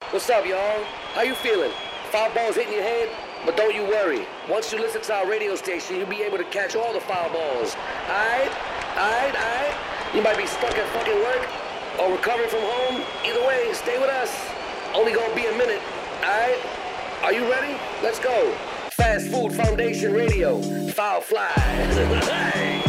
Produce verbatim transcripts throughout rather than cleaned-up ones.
What's up, y'all? How you feeling? Foul balls hitting your head? But don't you worry. Once you listen to our radio station, you'll be able to catch all the foul balls. Alright? Alright? Alright? You might be stuck at fucking work or recovering from home. Either way, stay with us. Only gonna be a minute. Alright? Are you ready? Let's go. Fast Food Foundation Radio. Foul Fly. Hey.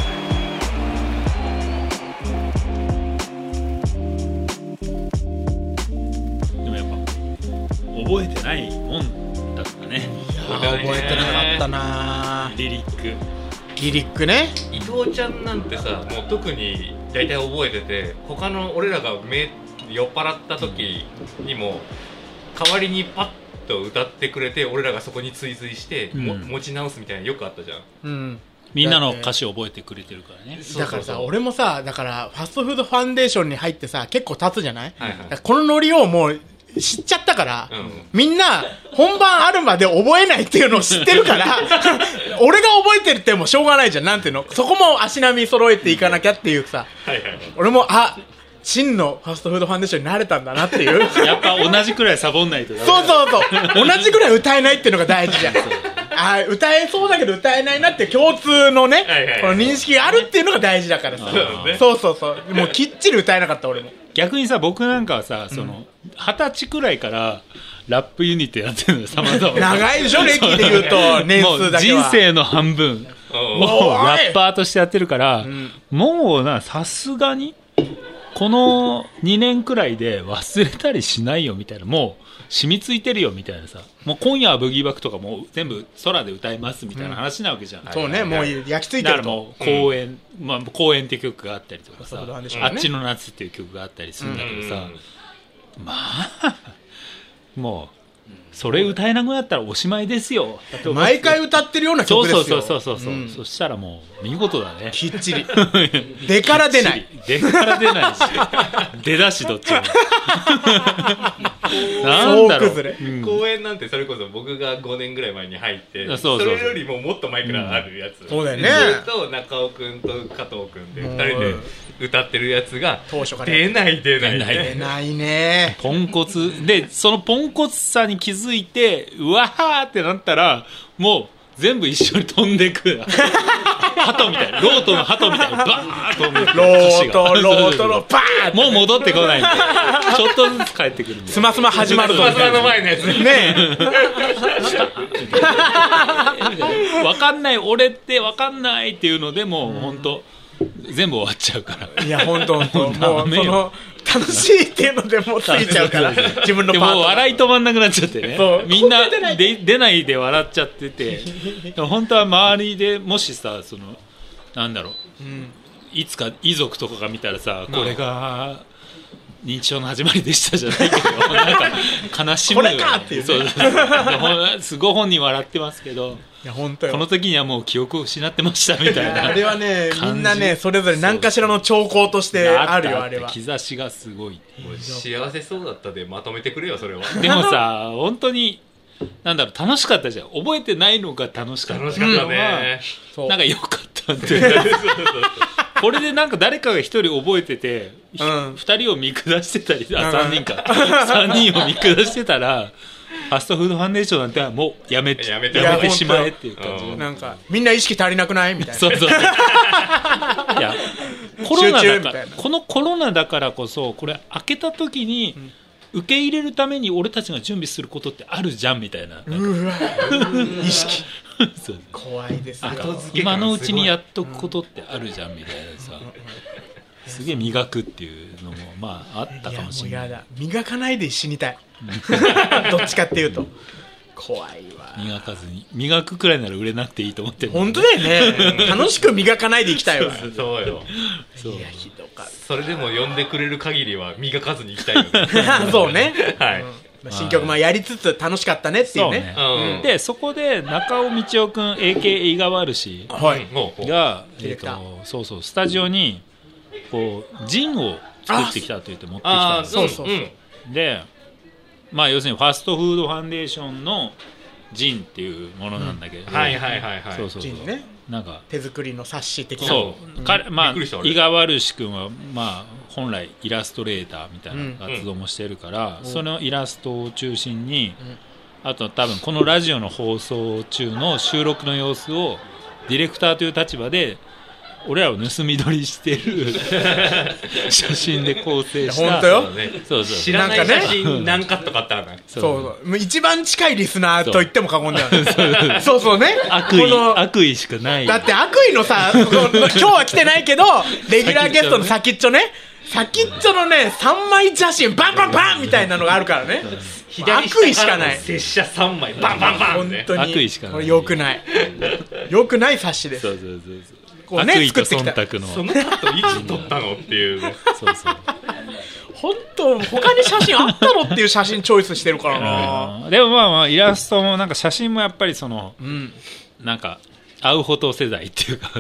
でもやっぱ覚えてないもんだったね。 いや覚えてなかったな。 リリックリリックね。 伊藤ちゃんなんてさ、もう特に大体覚えてて、他の俺らがめ酔っ払った時にも代わりにパッと歌ってくれて、俺らがそこに追随して、うん、も持ち直すみたいなよくあったじゃん。うん。 みんなの歌詞を覚えてくれてるからね。 だからさ、俺もさ、だからファストフードファンデーションに入ってさ、結構経つじゃない？はいはい、このノリをもう知っちゃったから、うん、みんな本番あるまで覚えないっていうのを知ってるから俺が覚えてるってもうしょうがないじゃん。なんていうの、そこも足並み揃えていかなきゃっていうさ、はいはいはい、俺もあ真のファストフードファンデーションになれたんだなっていうやっぱ同じくらいサボんないとダメだ。 そうそうそう、同じくらい歌えないっていうのが大事じゃんあ、歌えそうだけど歌えないなって共通のね、はいはいはい、この認識があるっていうのが大事だからさ。そうそうそう、もうきっちり歌えなかった俺も。 逆にさ、僕なんかはさ、その二十歳くらいからラップユニットやってるのよ、様々 長いでしょ歴で言うと年数だけは。 もう人生の半分もうラッパーとしてやってるから、うん、もうな、さすがにこのにねんくらいで忘れたりしないよみたいな、もう染みついてるよみたいなさ、もう今夜はブギーバックとかもう全部空で歌いますみたいな話なわけじゃん、うん、 そうね、もう焼き付いてると。 だからもう公園、うん、まあ、公園っていう曲があったりとかさ、うん、あっちの夏っていう曲があったりするんだけどさ、うん、まあもうそれ歌えなくなったらおしまいですよ。 毎回歌ってるような曲ですよ。 そうそうそうそうそう、うん、そしたらもう見事だね。 きっちり出から出ない、 出から出ないし出だしどっちもなんだろう、 うん、公演なんてそれこそ僕がごねんぐらい前に入って、そうそうそう、それよりももっと前からあるやつ、うん、 そうだよね。 それと中尾くんと加藤くんでふたりで歌ってるやつが出ない出ない出ないね。 ポンコツで、そのポンコツさに気づいてうわーってなったらもう全部一緒に飛んでく鳩みたいな、ロートの鳩みたいにバーッと飛んでくロートロートのバーッ、 もう戻ってこないんでちょっとずつ帰ってくるんで、 スマスマ始まるとスマスマの前のやつねえ分かんない、俺って分かんないっていうのでもう本当全部終わっちゃうから。 いや本当本当もうその楽しいっていうのでもう過ぎちゃうから自分のパートでも笑い止まんなくなっちゃってね、みんなで出ないで笑っちゃっててでも本当は周りでもしさ、そのなんだろう、うん、いつか遺族とかが見たらさ、これが認知症の始まりでしたじゃないけどなんか悲しむよね、 これかっていう、ね、 そうそうすごい本人笑ってますけど、 いや本当よ、 この時にはもう記憶を失ってましたみたいなあれはね、みんなねそれぞれ何かしらの兆候としてあるよ。あれは兆しがすごい。 幸せそうだったでまとめてくれよそれは。 でもさ本当になんだろう、楽しかったじゃん。覚えてないのが楽しかった。 楽しかったね、 うん、なんか良かったんでこれでなんか誰かが一人覚えてて、うん、二人を見下してたり、あ、三人か三人を見下してたらファストフードファンデーションなんてもうやめて、やめて、やめてしまえっていう感じ。 なんかみんな意識足りなくないみたいな。 そうそういやコロナだからこのコロナだからこそ、これ開けた時に受け入れるために俺たちが準備することってあるじゃんみたいな。 うわ意識そう怖いですよ。 今のうちにやっとくことってあるじゃんみたいなさ、すげえ磨くっていうのもまああったかもしれない。 いやもうやだ、磨かないで死にたいどっちかっていうと怖いわ。 磨かずに、磨くくらいなら売れなくていいと思ってる。 本当だよね楽しく磨かないでいきたいわそうよ。 そういやひどかった。 それでも呼んでくれる限りは磨かずにいきたいよねそうね、 はい、 うん、まあ、新曲もやりつつ楽しかったねっていうね。 そうね、うん、でそこで中尾道夫くん エーケーエー 井川rusしが、えーとそうそうスタジオにこうジンを作ってきたと言って持ってきたんです。 そうそうそう、 うん、でまあ要するにファストフードファンデーションのジンっていうものなんだけど、 うん、はいはいはいはい、 そうそうそう、 ジンね、 なんか手作りの冊子的な。 そう、うん、彼まあ伊賀悪志君はまあ本来イラストレーターみたいな活動もしてるから、うん、そのイラストを中心に、うん、あと多分このラジオの放送中の収録の様子をディレクターという立場で俺らを盗み撮りしてる写真で構成した本当よ、 そうそう知らない写真何カットかあったらね、 そうそう一番近いリスナーと言っても過言ではないそうそうね悪意悪意しかない。 だって悪意のさ今日は来てないけどレギュラーゲストの先っちょね先っちょのねさんまい写真バンバンバンみたいなのがあるからね左下からの拙者さんまいバンバンバン、ね、 本当に悪意しかない。 これ良くない良くない冊子です。 そうそうそうそうこうね、 悪意と忖度のその後いつ撮ったのっていうねそうそう本当他に写真あったのっていう写真チョイスしてるからなでもまあまあイラストもなんか写真もやっぱりその、 うん、 なんか会うフォト世代っていうか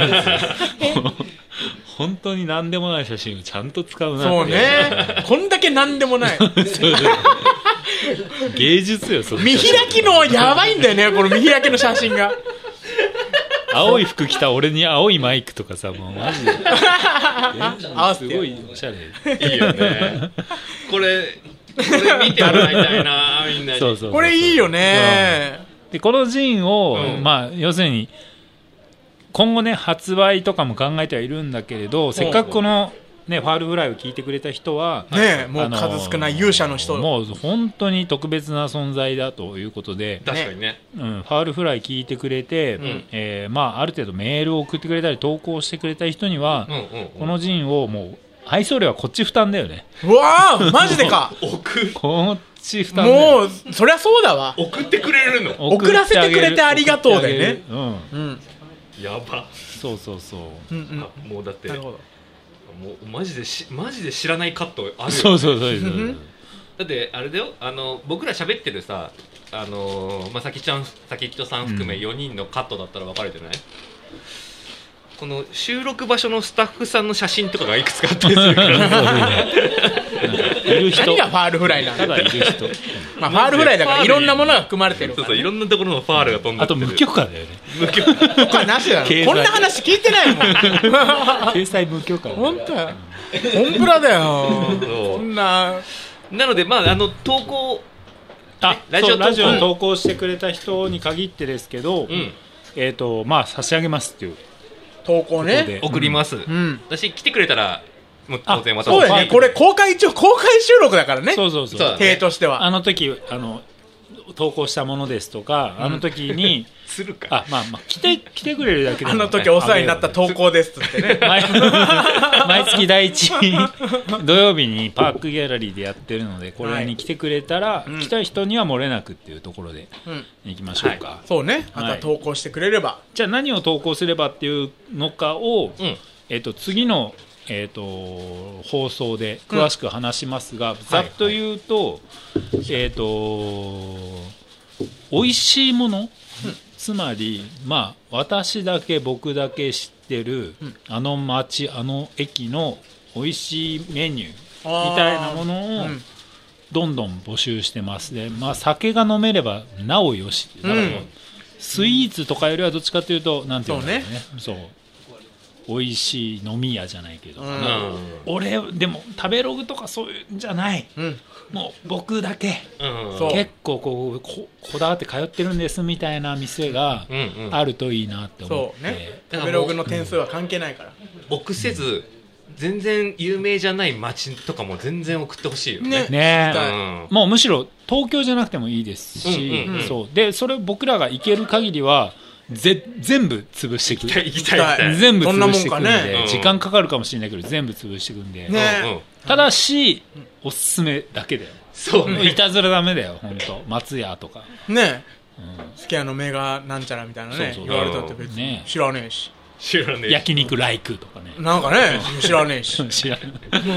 本当に何でもない写真をちゃんと使うなって。 そうねこんだけ何でもないそうそう芸術よそ見開きのやばいんだよねこの見開きの写真が青い服着た俺に青いマイクとかさもうマジですごいおしゃれいいよねこれこれ見てもらいたいなみんなに。 そうそうそうそうこれいいよね、 うん、でこのジンを、 うん、 まあ要するに今後ね発売とかも考えてはいるんだけれどせっかくこのね、ファールフライを聞いてくれた人は、 ね、もう数少ない勇者の人、 もう本当に特別な存在だということで、 確かにね、 うん、ファールフライ聞いてくれて、うんえーまあ、ある程度メールを送ってくれたり投稿してくれた人には、うんうんうん、このジンをもう配送料はこっち負担だよね。 うわーマジでか送こっち負担だよ。 もうそりゃそうだわ。 送ってくれるの送らせてくれてありがとうだよね、 うんうん、 やばそうそうそう、 うんうん、 もうだってなるほどもうマジでしマジで知らないカットあるよ、ね、 そうそうそうそうだってあれだよあの僕ら喋ってるさあのまさきちゃんさきっちょさん含めよにんのカットだったら分かるじゃない、うん、この収録場所のスタッフさんの写真とかがいくつかあったりするからいる人何がファールフライなんだ。 ただいる人まあファールフライだからいろんなものが含まれてるから、ね、 そうそういろんなところのファールが飛んであと無許可だよね。 無許可許可なしだよこんな話聞いてないもん掲載無許可本当やコンプラだよそんななのでまああの投稿あラジオラジオに投稿してくれた人に限ってですけど、うん、えっ、ー、とまあ差し上げますっていう投稿ね送ります、うん、私来てくれたらもう当然またそうだよねこれ公開一応公開収録だからねそうそうそう体としてはあの時あの投稿したものですとか、うん、あの時にするかあ、まあまあ、来て来てくれるだけであの時お世話になった投稿ですってね毎, 毎月第一土曜日にパークギャラリーでやってるのでこれに来てくれたら、はい、来た人には漏れなくっていうところでいきましょうか、 はい、そうねあとは投稿してくれれば、はい、 じゃあ何を投稿すればっていうのかを、うんえー、と次のえー、と放送で詳しく話しますが、うん、ざっと言うと、はいはい、えっ、ー、と美味しいもの、うん、つまり、まあ、私だけ僕だけ知ってる、うん、あの街あの駅の美味しいメニューみたいなものをどんどん募集してますで、まあ、酒が飲めればなおよしだから、うん、スイーツとかよりはどっちかというとなんていうんだろうねそう美味しい飲み屋じゃないけど、うん、俺でも食べログとかそういうんじゃない、うん、もう僕だけ、うん、結構こう こ, こだわって通ってるんですみたいな店があるといいなって思って、うんうんね、 食べログの点数は関係ないから、 うん、臆せず全然有名じゃない街とかも全然送ってほしいよね。 ね、うん、もうむしろ東京じゃなくてもいいですし、うんうんうん、そうでそれ僕らが行ける限りはぜ全部潰していく行きたい行きたい全部潰していくんで、 ねうん、時間かかるかもしれないけど全部潰していくんで、 ね、 ただしおすすめだけだよそうねいたずらダメだよ本当松屋とかねえ、うん、スケアの目がなんちゃらみたいなねそうそう言われたって別に知らねえし、 知らねえ焼肉ライクとかねなんかね知らねえし知らね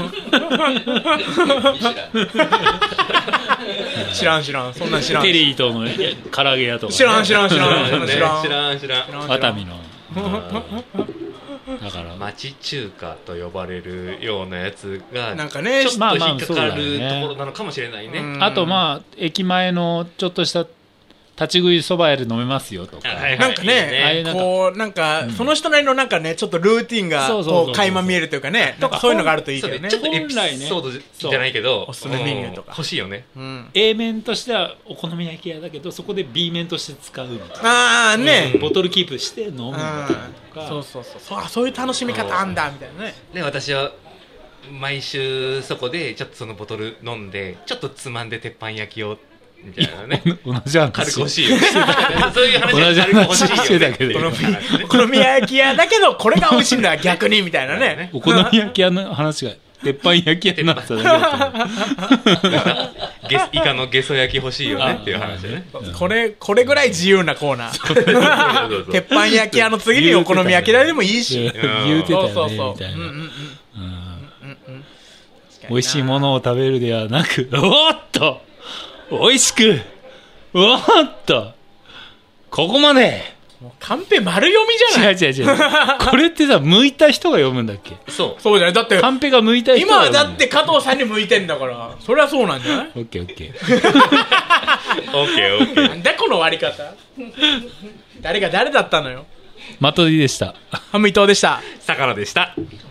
え知らん知らんそんなん知らんテリーとの唐揚げ屋とか、ね、 知らん知らん知らん知らん知らん知らん知らんワタミのだから町中華と呼ばれるようなやつがなんかねちょっと引っかかるところなのかもしれないね、 あとまあ駅前のちょっとした立ち食いそば屋で飲めますよとか、 はいはい、 なんかね、 ああいうなんかこうなんか、うん、その人なりのなんかねちょっとルーティンがこう垣間見えるというかね、なんかそういうのがあるといいけどね。 ちょっとエピソードじゃないけど、 おすすめメニューとか欲しいよね。 うん、 A 面としてはお好み焼き屋だけどそこで B 面として使うみたいな。 ああね、 うん、ボトルキープして飲むみたいなとか、 そうそうそうそう、そういう楽しみ方あんだみたいなね。 で私は毎週そこでちょっとそのボトル飲んでちょっとつまんで鉄板焼きをみたいなね。 同じ話軽く欲しいよ。そういう話同じ話してたけど、 お好み焼き屋だけどこれが美味しいんだ逆にみたいなね。 お好み焼き屋の話が鉄板焼き屋になっただけだったね。イカのゲソ焼き欲しいよねっていう話ね。 これこれぐらい自由なコーナー。鉄板焼き屋の次にお好み焼き屋でもいいし。 言うてたよねみたいな。美味しいものを食べるではなく、おっと美味しく、おっとここまで。 もうカンペ丸読みじゃない。 違う違う違う。これってさ、向いた人が読むんだっけ。 そうそうじゃない。だってカンペが向いた人が今はだって加藤さんに向いてんだから、それはそうなんじゃない。 オッケーオッケーオッケーオッケー。 なんだこの割り方。誰が誰だったのよ。 マトディでした。 ハム伊藤でした。 坂野でした。